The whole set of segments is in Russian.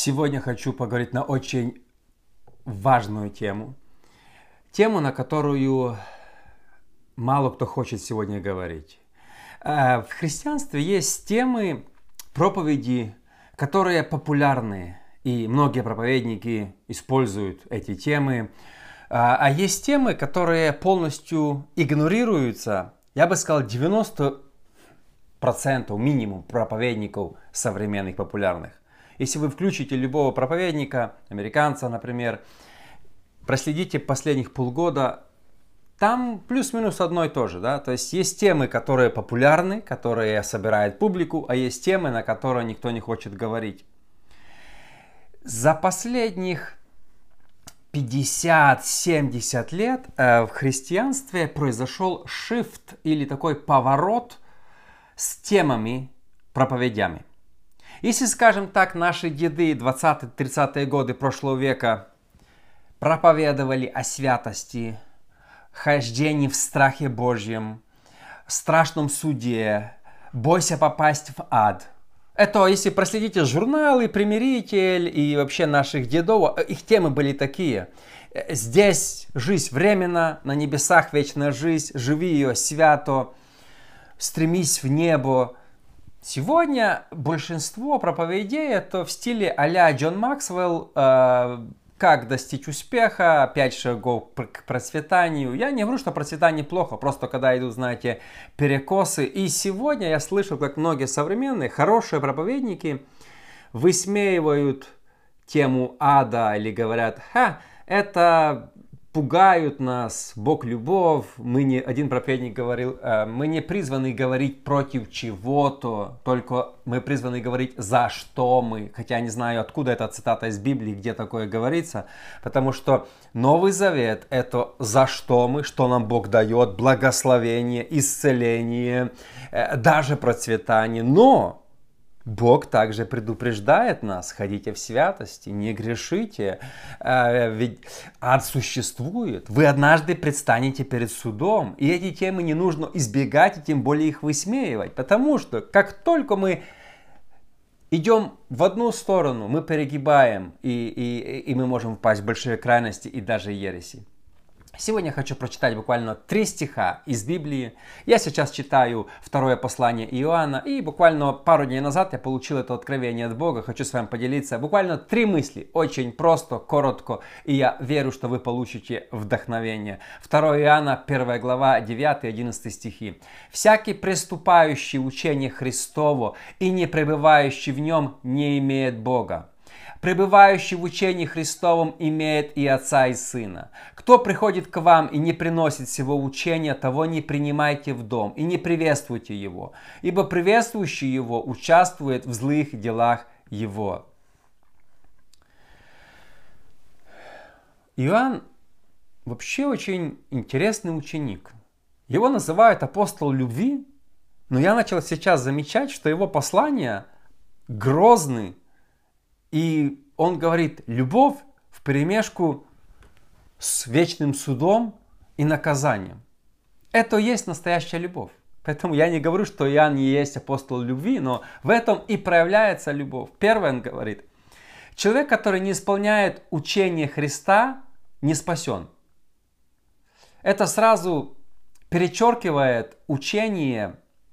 Сегодня хочу поговорить на очень важную тему. Тему, на которую мало кто хочет сегодня говорить. В христианстве есть темы, проповеди, которые популярны. И многие проповедники используют эти темы. А есть темы, которые полностью игнорируются. Я бы сказал, 90% минимум проповедников современных популярных. Если вы включите любого проповедника, американца, например, проследите последних полгода, там плюс-минус одно и то же. Да? То есть есть темы, которые популярны, которые собирают публику, а есть темы, на которые никто не хочет говорить. За последних 50-70 лет в христианстве произошел shift или такой поворот с темами, проповедями. Если, скажем так, наши деды 20-30-е годы прошлого века проповедовали о святости, хождении в страхе Божьем, страшном суде, бойся попасть в ад. Это, если проследите журналы «Примиритель» и вообще наших дедов, их темы были такие. Здесь жизнь временна, на небесах вечная жизнь, живи ее свято, стремись в небо. Сегодня большинство проповедей это в стиле а-ля Джон Максвелл, как достичь успеха, 5 шагов к процветанию. Я не говорю, что процветание плохо, просто когда идут, знаете, перекосы. И сегодня я слышу, как многие современные, хорошие проповедники высмеивают тему ада или говорят, это пугают нас, Бог любовь. Один проповедник говорил, мы не призваны говорить против чего-то, только мы призваны говорить за что мы. Хотя я не знаю, откуда эта цитата из Библии, где такое говорится, потому что Новый Завет это за что мы, что нам Бог дает, благословение, исцеление, даже процветание. Но Бог также предупреждает нас, ходите в святости, не грешите, ведь ад существует. Вы однажды предстанете перед судом, и эти темы не нужно избегать, и тем более их высмеивать, потому что как только мы идем в одну сторону, мы перегибаем, и мы можем впасть в большие крайности и даже ереси. Сегодня я хочу прочитать буквально 3 стиха из Библии. Я сейчас читаю второе послание Иоанна, и буквально пару дней назад я получил это откровение от Бога. Хочу с вами поделиться. Буквально 3 мысли, очень просто, коротко, и я верю, что вы получите вдохновение. 2 Иоанна, 1 глава, 9-11 стихи. «Всякий приступающий учение Христово и не пребывающий в нем не имеет Бога. Пребывающий в учении Христовом имеет и Отца, и Сына. Кто приходит к вам и не приносит сего учения, того не принимайте в дом и не приветствуйте его, ибо приветствующий его участвует в злых делах его». Иоанн вообще очень интересный ученик. Его называют апостол любви, но я начал сейчас замечать, что его послания грозны. И он говорит, любовь вперемешку с вечным судом и наказанием. Это и есть настоящая любовь. Поэтому я не говорю, что Иоанн не есть апостол любви, но в этом и проявляется любовь. Первое он говорит, человек, который не исполняет учение Христа, не спасен. Это сразу перечеркивает учение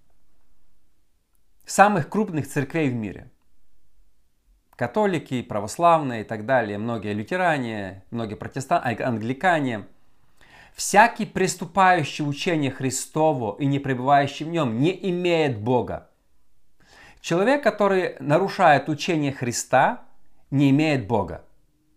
самых крупных церквей в мире. Католики, православные и так далее, многие лютеране, многие протестанты, англикане. Всякий приступающий учение Христово и не пребывающий в нем не имеет Бога. Человек, который нарушает учение Христа, не имеет Бога.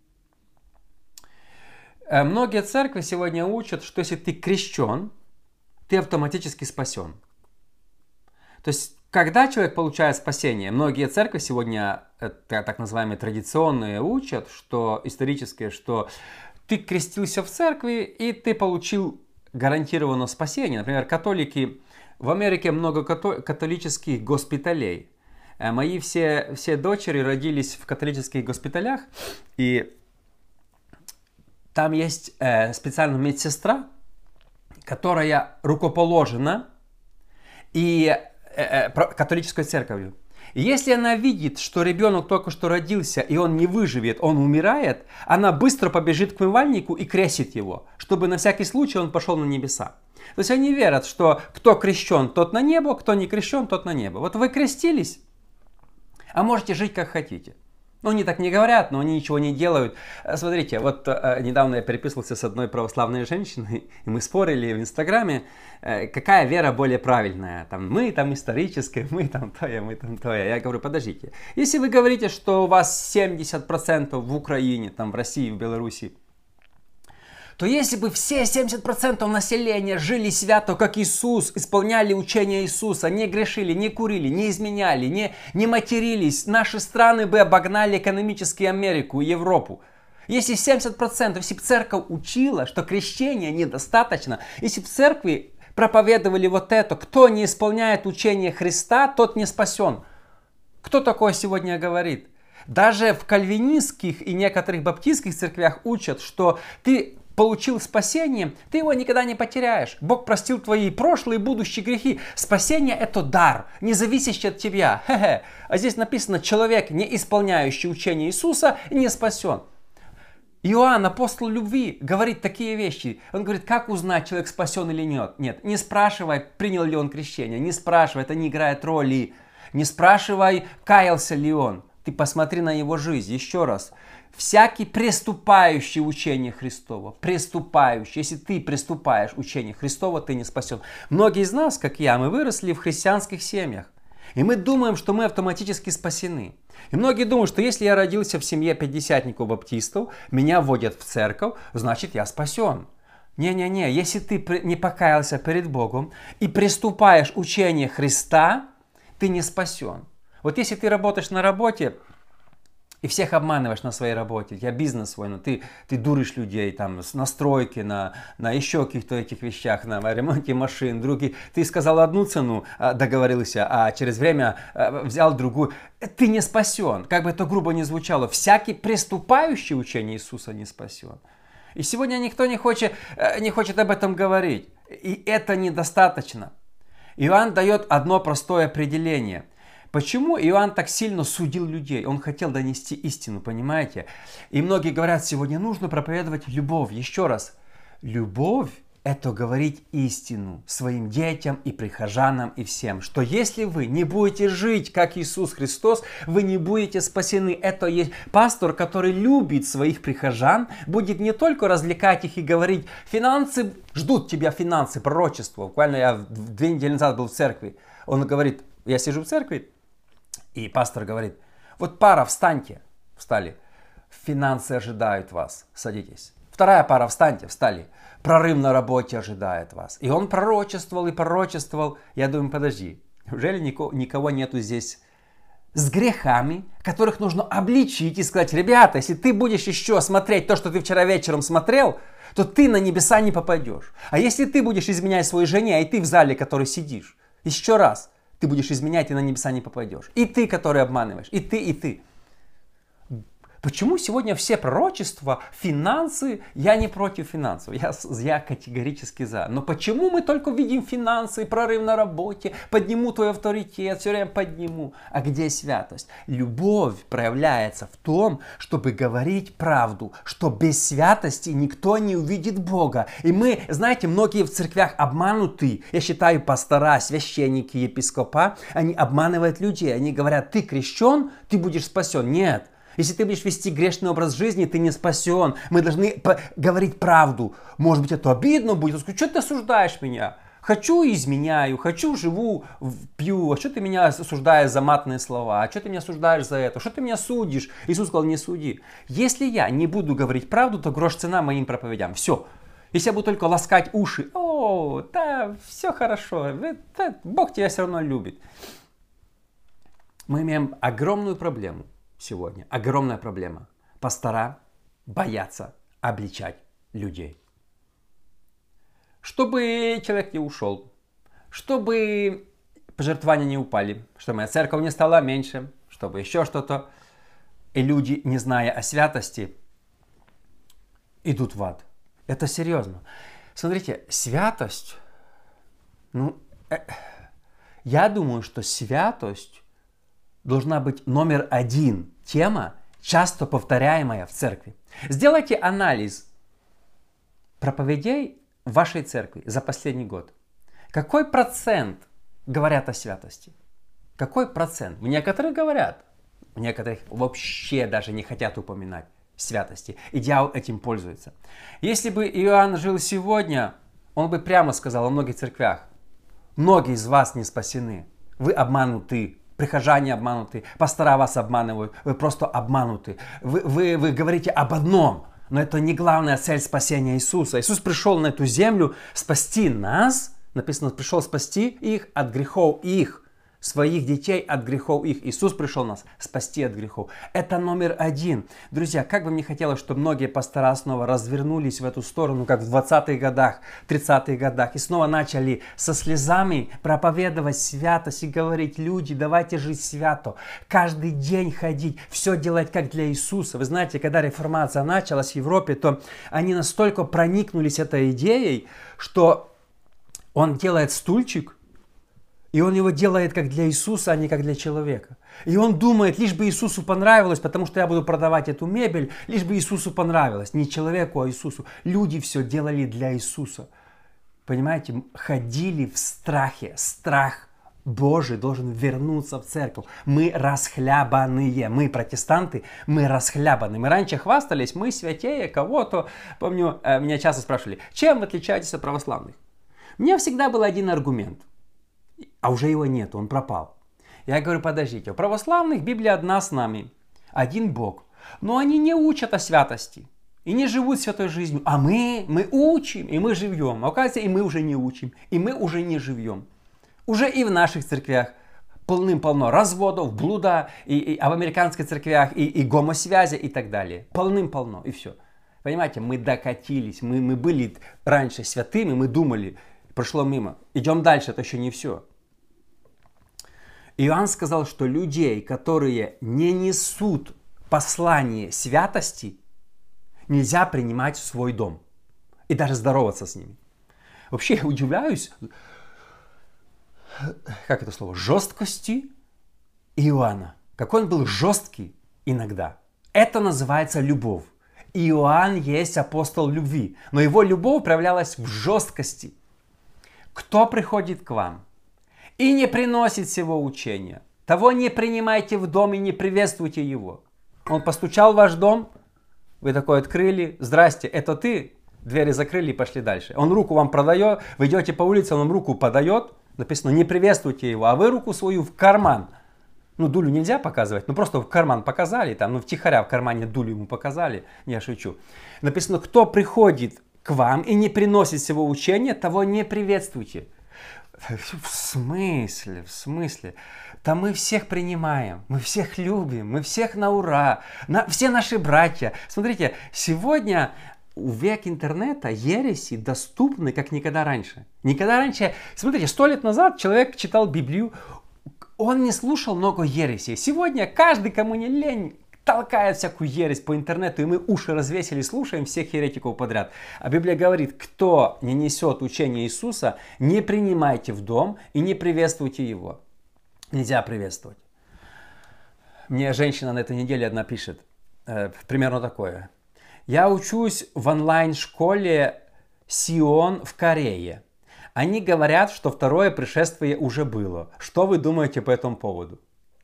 Многие церкви сегодня учат, что если ты крещен, ты автоматически спасен. То есть когда человек получает спасение, многие церкви сегодня, так называемые традиционные, учат, что исторические, что ты крестился в церкви и ты получил гарантированное спасение. Например, католики, в Америке много католических госпиталей. Мои все дочери родились в католических госпиталях, и там есть специальная медсестра, которая рукоположена и католической церковью. И если она видит, что ребенок только что родился, и он не выживет, он умирает, она быстро побежит к умывальнику и крестит его, чтобы на всякий случай он пошел на небеса. То есть они верят, что кто крещен, тот на небо, кто не крещен, тот на небо. Вот вы крестились, а можете жить как хотите. Ну, они так не говорят, но они ничего не делают. Смотрите, вот недавно я переписывался с одной православной женщиной, и мы спорили в Инстаграме, какая вера более правильная. Там, мы там историческая, мы там тое, мы там тое. Я говорю, подождите, если вы говорите, что у вас 70% в Украине, там, в России, в Беларуси, то если бы все 70% населения жили свято, как Иисус, исполняли учения Иисуса, не грешили, не курили, не изменяли, не матерились, наши страны бы обогнали экономически Америку и Европу. Если 70%, если бы церковь учила, что крещения недостаточно, если бы в церкви проповедовали вот это, кто не исполняет учение Христа, тот не спасен. Кто такое сегодня говорит? Даже в кальвинистских и некоторых баптистских церквях учат, что ты получил спасение, ты его никогда не потеряешь. Бог простил твои прошлые и будущие грехи. Спасение – это дар, не зависящий от тебя. Хе-хе. А здесь написано, человек, не исполняющий учение Иисуса, не спасен. Иоанн, апостол любви, говорит такие вещи. Он говорит, как узнать, человек спасен или нет? Нет, не спрашивай, принял ли он крещение. Не спрашивай, это не играет роли. Не спрашивай, каялся ли он. Ты посмотри на его жизнь. Еще раз. Всякий приступающий учение Христово, приступающий, если ты приступаешь учение Христово, ты не спасен. Многие из нас, как я, мы выросли в христианских семьях. И мы думаем, что мы автоматически спасены. И многие думают, что если я родился в семье пятидесятников-баптистов, меня вводят в церковь, значит я спасен. Не-не-не, если ты не покаялся перед Богом и приступаешь учение Христа, ты не спасен. Вот если ты работаешь на работе, и всех обманываешь на своей работе, у тебя бизнес свой, но ты дуришь людей там, на стройке, на еще каких-то этих вещах, на ремонте машин, другие. Ты сказал одну цену, договорился, а через время взял другую. Ты не спасен. Как бы это грубо ни звучало, всякий приступающий учение Иисуса не спасен. И сегодня никто не хочет об этом говорить. И это недостаточно. Иоанн дает одно простое определение. Почему Иоанн так сильно судил людей? Он хотел донести истину, понимаете? И многие говорят, сегодня нужно проповедовать любовь. Еще раз, любовь – это говорить истину своим детям и прихожанам и всем. Что если вы не будете жить, как Иисус Христос, вы не будете спасены. Это есть пастор, который любит своих прихожан, будет не только развлекать их и говорить, финансы, ждут тебя финансы, пророчество. Буквально я 2 недели назад был в церкви. Он говорит, я сижу в церкви, и пастор говорит, вот пара, встаньте. Встали. Финансы ожидают вас. Садитесь. Вторая пара, встаньте. Встали. Прорыв на работе ожидает вас. И он пророчествовал и пророчествовал. Я думаю, подожди. Неужели никого нету здесь с грехами, которых нужно обличить и сказать, ребята, если ты будешь еще смотреть то, что ты вчера вечером смотрел, то ты на небеса не попадешь. А если ты будешь изменять своей жене, и ты в зале, который сидишь, еще раз, ты будешь изменять, и на небеса не попадешь. И ты, который обманываешь. И ты, и ты. Почему сегодня все пророчества, финансы, я не против финансов, я категорически за. Но почему мы только видим финансы, прорыв на работе, подниму твой авторитет, все время подниму. А где святость? Любовь проявляется в том, чтобы говорить правду, что без святости никто не увидит Бога. И мы, знаете, многие в церквях обмануты. Я считаю, пастора, священники, епископа, они обманывают людей. Они говорят, ты крещен, ты будешь спасен. Нет. Если ты будешь вести грешный образ жизни, ты не спасен. Мы должны говорить правду. Может быть, это обидно будет. Он скажет, что ты осуждаешь меня? Хочу изменяю, хочу живу, пью. А что ты меня осуждаешь за матные слова? А что ты меня осуждаешь за это? Что ты меня судишь? Иисус сказал, не суди. Если я не буду говорить правду, то грош цена моим проповедям. Все. Если я буду только ласкать уши, да, все хорошо, да, Бог тебя все равно любит. Мы имеем огромную проблему. Сегодня огромная проблема. Пастора боятся обличать людей. Чтобы человек не ушел, чтобы пожертвования не упали, чтобы моя церковь не стала меньше, чтобы еще что-то. И люди, не зная о святости, идут в ад. Это серьезно. Смотрите, святость, я думаю, что святость должна быть номер один тема, часто повторяемая в церкви. Сделайте анализ проповедей в вашей церкви за последний год. Какой процент говорят о святости? Какой процент? В некоторых говорят, в некоторых вообще даже не хотят упоминать святости. И дьявол этим пользуется. Если бы Иоанн жил сегодня, он бы прямо сказал во многих церквях: многие из вас не спасены, вы обмануты, прихожане обмануты, пастора вас обманывают, вы просто обмануты. Вы говорите об одном, но это не главная цель спасения Иисуса. Иисус пришел на эту землю спасти нас, написано, пришел спасти их от грехов их, своих детей от грехов их. Иисус пришел нас спасти от грехов. Это номер один. Друзья, как бы мне хотелось, чтобы многие пастора снова развернулись в эту сторону, как в 20-х годах, 30-х годах, и снова начали со слезами проповедовать святость и говорить: люди, давайте жить свято, каждый день ходить, все делать как для Иисуса. Вы знаете, когда реформация началась в Европе, то они настолько проникнулись этой идеей, что он делает стульчик, и он его делает как для Иисуса, а не как для человека. И он думает, лишь бы Иисусу понравилось, потому что я буду продавать эту мебель, лишь бы Иисусу понравилось. Не человеку, а Иисусу. Люди все делали для Иисуса. Понимаете, ходили в страхе. Страх Божий должен вернуться в церковь. Мы расхлябанные. Мы протестанты, мы расхлябаны. Мы раньше хвастались, мы святее кого-то. Помню, меня часто спрашивали: чем вы отличаетесь от православных? У меня всегда был один аргумент. А уже его нет, он пропал. Я говорю: подождите, у православных Библия одна с нами, один Бог. Но они не учат о святости и не живут святой жизнью. А мы учим, и мы живем. А оказывается, и мы уже не учим, и мы уже не живем. Уже и в наших церквях полным-полно разводов, блуда, а в американских церквях и гомосвязи и так далее. Полным-полно, и все. Понимаете, мы докатились, мы были раньше святыми, мы думали, прошло мимо. Идем дальше, это еще не все. Иоанн сказал, что людей, которые не несут послание святости, нельзя принимать в свой дом и даже здороваться с ними. Вообще я удивляюсь, как это слово, жесткости Иоанна. Какой он был жесткий иногда. Это называется любовь. Иоанн есть апостол любви, но его любовь проявлялась в жесткости. Кто приходит к вам и не приносит всего учения, того не принимайте в дом и не приветствуйте его. Он постучал в ваш дом, вы такой открыли: здрасте, это ты? Двери закрыли и пошли дальше. Он руку вам продает, вы идете по улице, он вам руку подает, написано: не приветствуйте его, а вы руку свою в карман. Ну, дулю нельзя показывать, просто в карман показали, втихаря в кармане дулю ему показали, я шучу. Написано: кто приходит к вам и не приносит всего учения, того не приветствуйте. В смысле? Да мы всех принимаем, мы всех любим, мы всех на ура, все наши братья. Смотрите, сегодня в век интернета ереси доступны как никогда раньше. Никогда раньше, смотрите, 100 лет назад человек читал Библию, он не слушал много ересей. Сегодня каждый, кому не лень, толкает всякую ересь по интернету, и мы уши развесили, слушаем всех еретиков подряд. А Библия говорит: кто не несет учение Иисуса, не принимайте в дом и не приветствуйте его. Нельзя приветствовать. Мне женщина на этой неделе одна пишет, примерно такое: я учусь в онлайн-школе Сион в Корее. Они говорят, что второе пришествие уже было. Что вы думаете по этому поводу?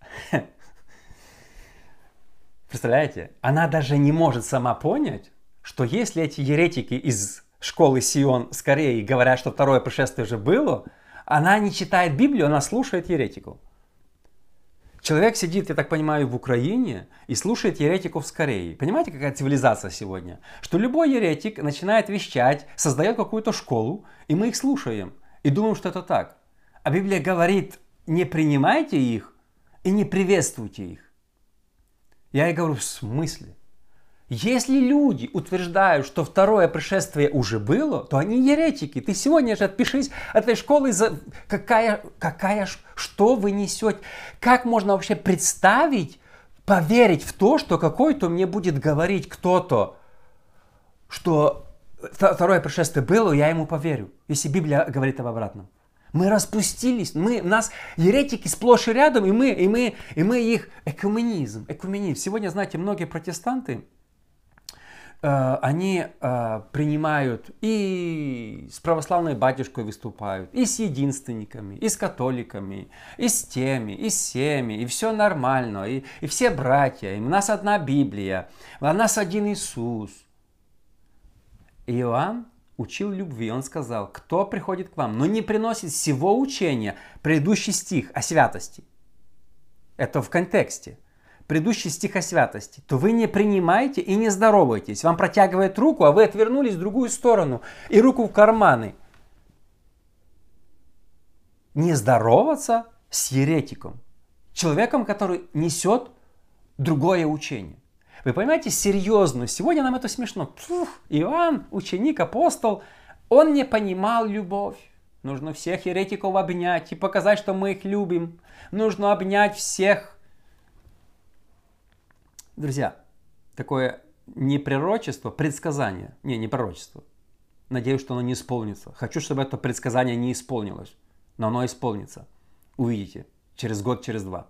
Представляете? Она даже не может сама понять, что если эти еретики из школы Сион с Кореи говорят, что второе пришествие уже было, она не читает Библию, она слушает еретиков. Человек сидит, я так понимаю, в Украине и слушает еретиков с Кореи. Понимаете, какая цивилизация сегодня? Что любой еретик начинает вещать, создает какую-то школу, и мы их слушаем. И думаем, что это так. А Библия говорит: не принимайте их и не приветствуйте их. Я ей говорю: в смысле? Если люди утверждают, что второе пришествие уже было, то они еретики. Ты сегодня же отпишись от этой школы. Что вы несете? Как можно вообще представить, поверить в то, что какой-то мне будет говорить кто-то, что второе пришествие было, я ему поверю, если Библия говорит об обратном. Мы распустились, у нас еретики сплошь и рядом, и мы их экуменизм. Сегодня, знаете, многие протестанты, они принимают и с православной батюшкой выступают, и с единственниками, и с католиками, и с теми, и с всеми, и все нормально, и все братья, и у нас одна Библия, у нас один Иисус. Иоанн учил любви, он сказал, кто приходит к вам, но не приносит всего учения, предыдущий стих о святости, это в контексте, предыдущий стих о святости, то вы не принимаете и не здороваетесь. Вам протягивает руку, а вы отвернулись в другую сторону и руку в карманы. Не здороваться с еретиком, человеком, который несет другое учение. Вы понимаете серьезность? Сегодня нам это смешно. Иоанн, ученик, апостол, он не понимал любовь. Нужно всех еретиков обнять и показать, что мы их любим. Нужно обнять всех. Друзья, такое не пророчество, предсказание. Не пророчество. Надеюсь, что оно не исполнится. Хочу, чтобы это предсказание не исполнилось. Но оно исполнится. Увидите. Через год, через два.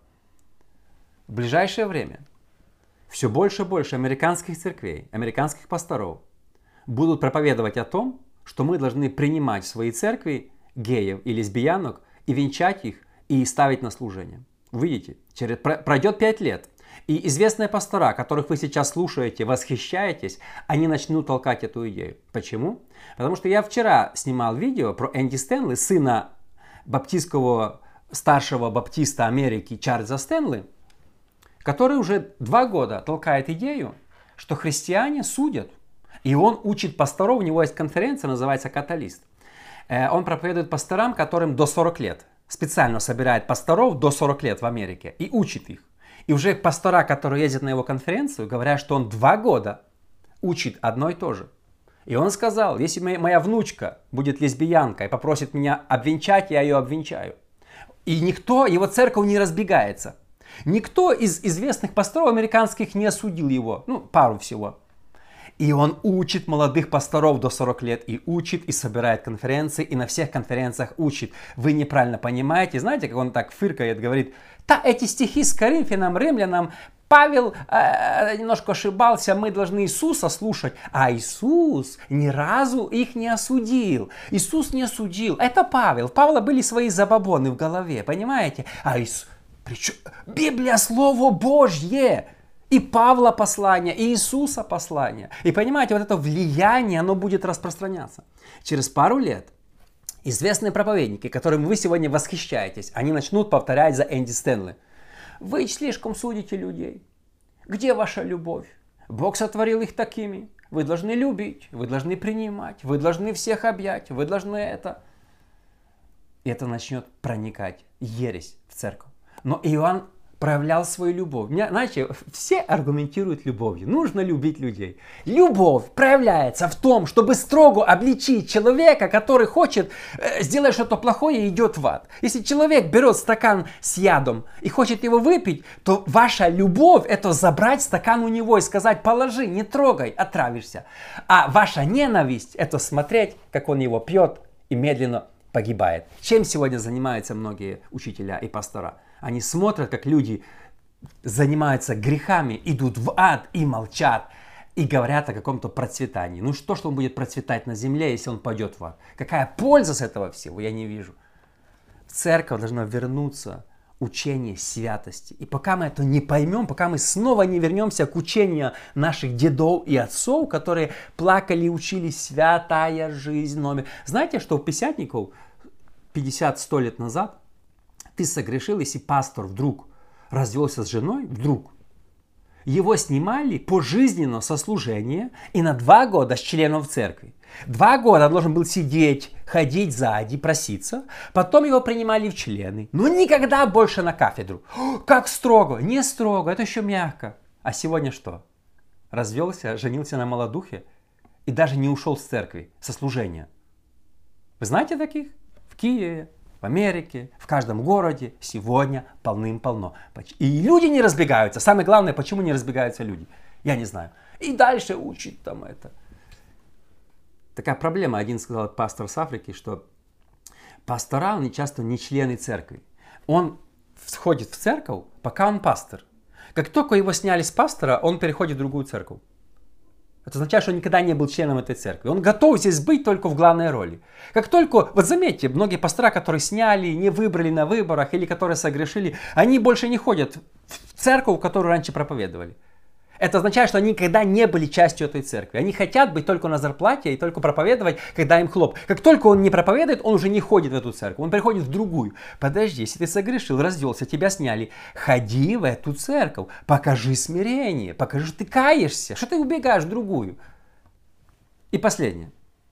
В ближайшее время все больше и больше американских церквей, американских пасторов будут проповедовать о том, что мы должны принимать в свои церкви геев и лесбиянок и венчать их и ставить на служение. Видите, пройдет 5 лет. И известные пастора, которых вы сейчас слушаете, восхищаетесь, они начнут толкать эту идею. Почему? Потому что я вчера снимал видео про Энди Стэнли, сына баптистского, старшего баптиста Америки Чарльза Стэнли, который уже 2 года толкает идею, что христиане судят. И он учит пасторов, у него есть конференция, называется «Каталист». Он проповедует пасторам, которым до 40 лет. Специально собирает пасторов до 40 лет в Америке и учит их. И уже пастора, которые ездят на его конференцию, говорят, что он 2 года учит одно и то же. И он сказал, если моя внучка будет лесбиянкой и попросит меня обвенчать, я ее обвенчаю. И никто, его церковь не разбегается. Никто из известных пасторов американских не осудил его. Пару всего. И он учит молодых пасторов до 40 лет. И учит, и собирает конференции, и на всех конференциях учит. Вы неправильно понимаете. Знаете, как он так фыркает, говорит, эти стихи с Коринфянам, римлянам, Павел немножко ошибался, мы должны Иисуса слушать. А Иисус ни разу их не осудил. Иисус не осудил. Это Павел. У Павла были свои забабоны в голове, понимаете? А Иисус... Причем Библия Слово Божье. И Павла послание, и Иисуса послание. И понимаете, вот это влияние, оно будет распространяться. Через пару лет известные проповедники, которым вы сегодня восхищаетесь, они начнут повторять за Энди Стэнли. Вы слишком судите людей. Где ваша любовь? Бог сотворил их такими. Вы должны любить, вы должны принимать, вы должны всех объять, вы должны это. И это начнет проникать, ересь в церковь. Но Иоанн проявлял свою любовь. Знаете, все аргументируют любовью. Нужно любить людей. Любовь проявляется в том, чтобы строго обличить человека, который хочет сделать что-то плохое и идет в ад. Если человек берет стакан с ядом и хочет его выпить, то ваша любовь это забрать стакан у него и сказать, положи, не трогай, отравишься. А ваша ненависть это смотреть, как он его пьет и медленно погибает. Чем сегодня занимаются многие учителя и пастора? Они смотрят, как люди занимаются грехами, идут в ад и молчат. И говорят о каком-то процветании. Что он будет процветать на земле, если он пойдет в ад? Какая польза с этого всего, я не вижу. В церковь должно вернуться учение святости. И пока мы это не поймем, пока мы снова не вернемся к учению наших дедов и отцов, которые плакали и учились святая жизнь номер. Знаете, что у пятидесятников 50-100 лет назад ты согрешил, если пастор вдруг развелся с женой, его снимали пожизненно со служения и на 2 года с членов церкви. 2 года он должен был сидеть, ходить сзади, проситься. Потом его принимали в члены. Но никогда больше на кафедру. Как строго? Не строго, это еще мягко. А сегодня что? Развелся, женился на молодухе и даже не ушел с церкви, со служения. Вы знаете таких? В Киеве, в Америке, в каждом городе сегодня полным-полно. И люди не разбегаются. Самое главное, почему не разбегаются люди? Я не знаю. И дальше учат там это. Такая проблема. Один сказал, пастор с Африки, что Пастора, они часто не члены церкви. Он входит в церковь, пока он пастор. Как только его сняли с пастора, он переходит в другую церковь. Это означает, что он никогда не был членом этой церкви. Он готов здесь быть только в главной роли. Как только, вот заметьте, многие пастора, которые сняли, не выбрали на выборах или которые согрешили, они больше не ходят в церковь, которую раньше проповедовали. Это означает, что они никогда не были частью этой церкви. Они хотят быть только на зарплате и только проповедовать, когда им хлоп. Как только он не проповедует, он уже не ходит в эту церковь. Он переходит в другую. Подожди, если ты согрешил, развелся, тебя сняли, ходи в эту церковь. Покажи смирение, покажи, что ты каешься, что ты убегаешь в другую. И последнее.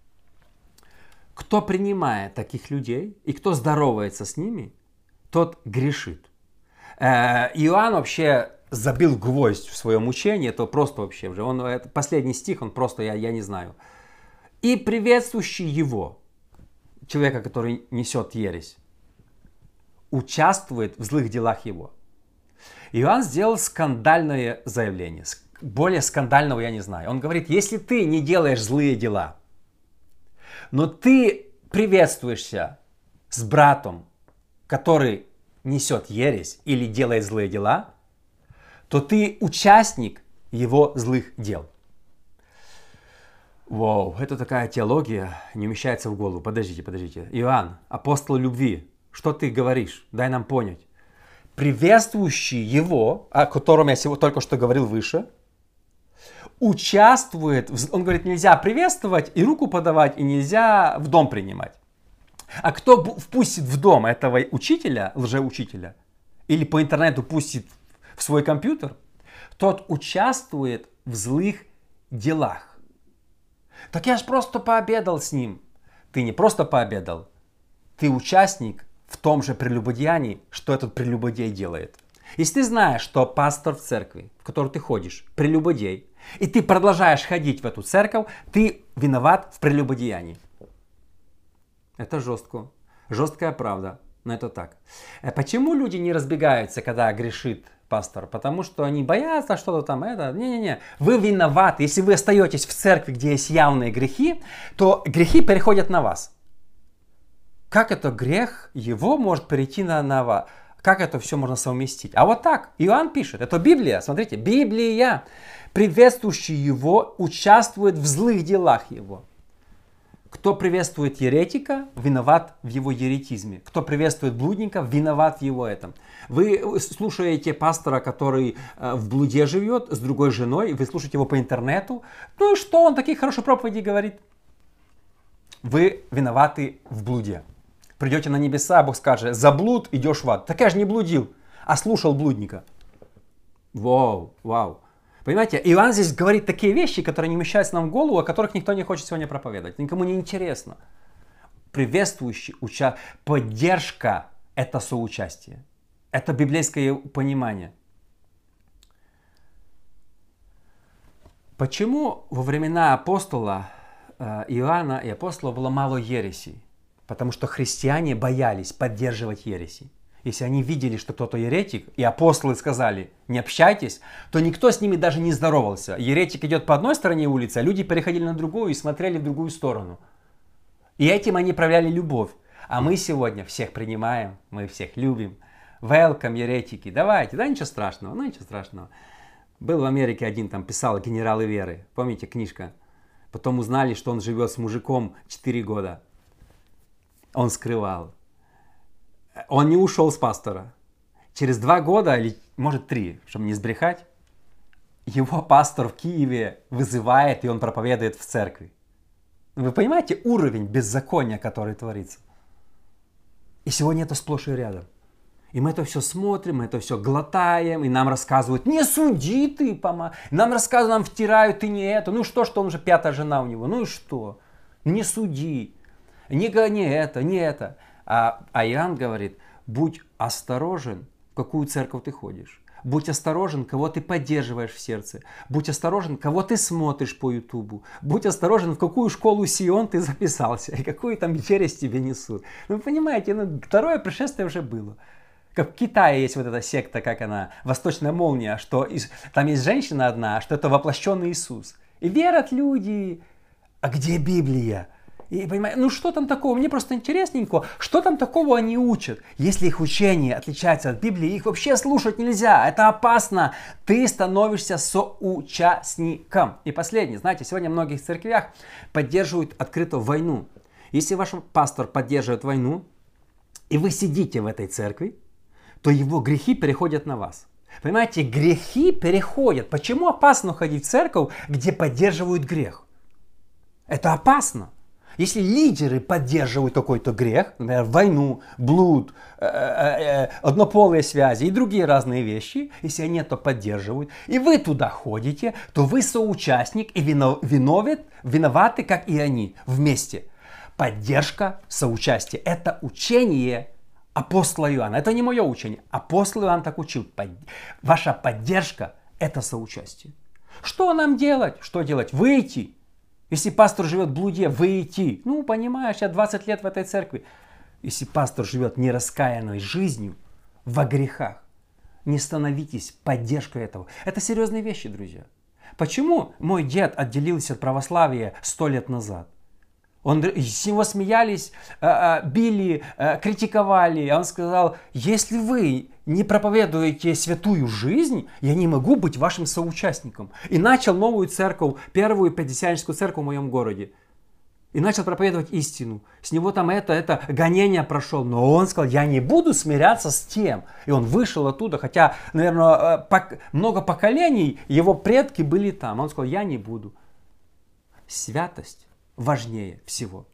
Кто принимает таких людей и кто здоровается с ними, тот грешит. Иоанн вообще забил гвоздь в своем учении, это просто вообще уже, это последний стих, он просто, я не знаю. И приветствующий его, человека, который несет ересь, участвует в злых делах его. Иоанн сделал скандальное заявление, более скандального я не знаю. Он говорит, если ты не делаешь злые дела, но ты приветствуешься с братом, который несет ересь или делает злые дела, то ты участник его злых дел. Вау, это такая теология, не умещается в голову. Подождите. Иоанн, апостол любви, что ты говоришь? Дай нам понять. Приветствующий его, о котором я только что говорил выше, участвует, он говорит, нельзя приветствовать и руку подавать, и нельзя в дом принимать. А кто впустит в дом этого учителя, лжеучителя, или по интернету пустит в свой компьютер, тот участвует в злых делах. Так я ж просто пообедал с ним. Ты не просто пообедал, ты участник в том же прелюбодеянии, что этот прелюбодей делает. Если ты знаешь, что пастор в церкви, в которую ты ходишь, прелюбодей, и ты продолжаешь ходить в эту церковь, ты виноват в прелюбодеянии. Это жестко. Жесткая правда. Но это так. Почему люди не разбегаются, когда грешит пастор? Потому что они боятся что-то там. Не-не-не. Вы виноваты. Если вы остаетесь в церкви, где есть явные грехи, то грехи переходят на вас. Как это грех его может перейти на вас? Как это все можно совместить? А вот так. Иоанн пишет. Это Библия. Смотрите. Библия. Приветствующий его участвует в злых делах его. Кто приветствует еретика, виноват в его еретизме. Кто приветствует блудника, виноват в его этом. Вы слушаете пастора, который в блуде живет, с другой женой, вы слушаете его по интернету. Ну и что, он такие хорошие проповеди говорит. Вы виноваты в блуде. Придете на небеса, Бог скажет, за блуд идешь в ад. Так я же не блудил, а слушал блудника. Вау. Понимаете, Иоанн здесь говорит такие вещи, которые не вмещаются нам в голову, о которых никто не хочет сегодня проповедовать. Никому не интересно. Приветствующий, поддержка – это соучастие. Это библейское понимание. Почему во времена апостола Иоанна и апостола было мало ересей? Потому что христиане боялись поддерживать ереси. Если они видели, что кто-то еретик, и апостолы сказали, не общайтесь, то никто с ними даже не здоровался. Еретик идет по одной стороне улицы, а люди переходили на другую и смотрели в другую сторону. И этим они проявляли любовь. А мы сегодня всех принимаем, мы всех любим. Welcome, еретики, давайте, да ничего страшного, ничего страшного. Был в Америке один, там писал «Генералы веры», помните книжка? Потом узнали, что он живет с мужиком 4 года. Он скрывал. Он не ушел с пастора. Через 2 года, или может 3, чтобы не сбрехать, его пастор в Киеве вызывает, и он проповедует в церкви. Вы понимаете уровень беззакония, который творится? И сегодня это сплошь и рядом. И мы это все смотрим, мы это все глотаем, и нам рассказывают, не суди ты, нам рассказывают, нам втирают, ты не это. Ну что, что он же 5-я жена у него, ну и что? Не суди, не это, не это. А Иоанн говорит, будь осторожен, в какую церковь ты ходишь. Будь осторожен, кого ты поддерживаешь в сердце. Будь осторожен, кого ты смотришь по Ютубу. Будь осторожен, в какую школу Сион ты записался и какую там ересь тебе несут. Вы понимаете, второе пришествие уже было. Как в Китае есть вот эта секта, как она, Восточная молния, что там есть женщина одна, что это воплощенный Иисус. И верят люди. А где Библия? И понимаете, ну что там такого? Мне просто интересненько, что там такого они учат? Если их учение отличается от Библии, их вообще слушать нельзя. Это опасно. Ты становишься соучастником. И последнее. Знаете, сегодня в многих церквях поддерживают открытую войну. Если ваш пастор поддерживает войну, и вы сидите в этой церкви, то его грехи переходят на вас. Понимаете, грехи переходят. Почему опасно ходить в церковь, где поддерживают грех? Это опасно. Если лидеры поддерживают какой-то грех, например, войну, блуд, однополые связи и другие разные вещи, если они это поддерживают, и вы туда ходите, то вы соучастник и виноваты, как и они, вместе. Поддержка, соучастие – это учение апостола Иоанна. Это не мое учение. Апостол Иоанн так учил. Ваша поддержка – это соучастие. Что нам делать? Что делать? Выйти. Если пастор живет в блуде, выйти. Ну, понимаешь, я 20 лет в этой церкви. Если пастор живет нераскаянной жизнью, во грехах, не становитесь поддержкой этого. Это серьезные вещи, друзья. Почему мой дед отделился от православия 100 лет назад? С него смеялись, били, критиковали. А он сказал, если вы не проповедуете святую жизнь, я не могу быть вашим соучастником. И начал новую церковь, первую пятидесятническую церковь в моем городе. И начал проповедовать истину. С него там это гонение прошел. Но он сказал, я не буду смиряться с тем. И он вышел оттуда, хотя, наверное, много поколений его предки были там. Он сказал, я не буду. Святость важнее всего.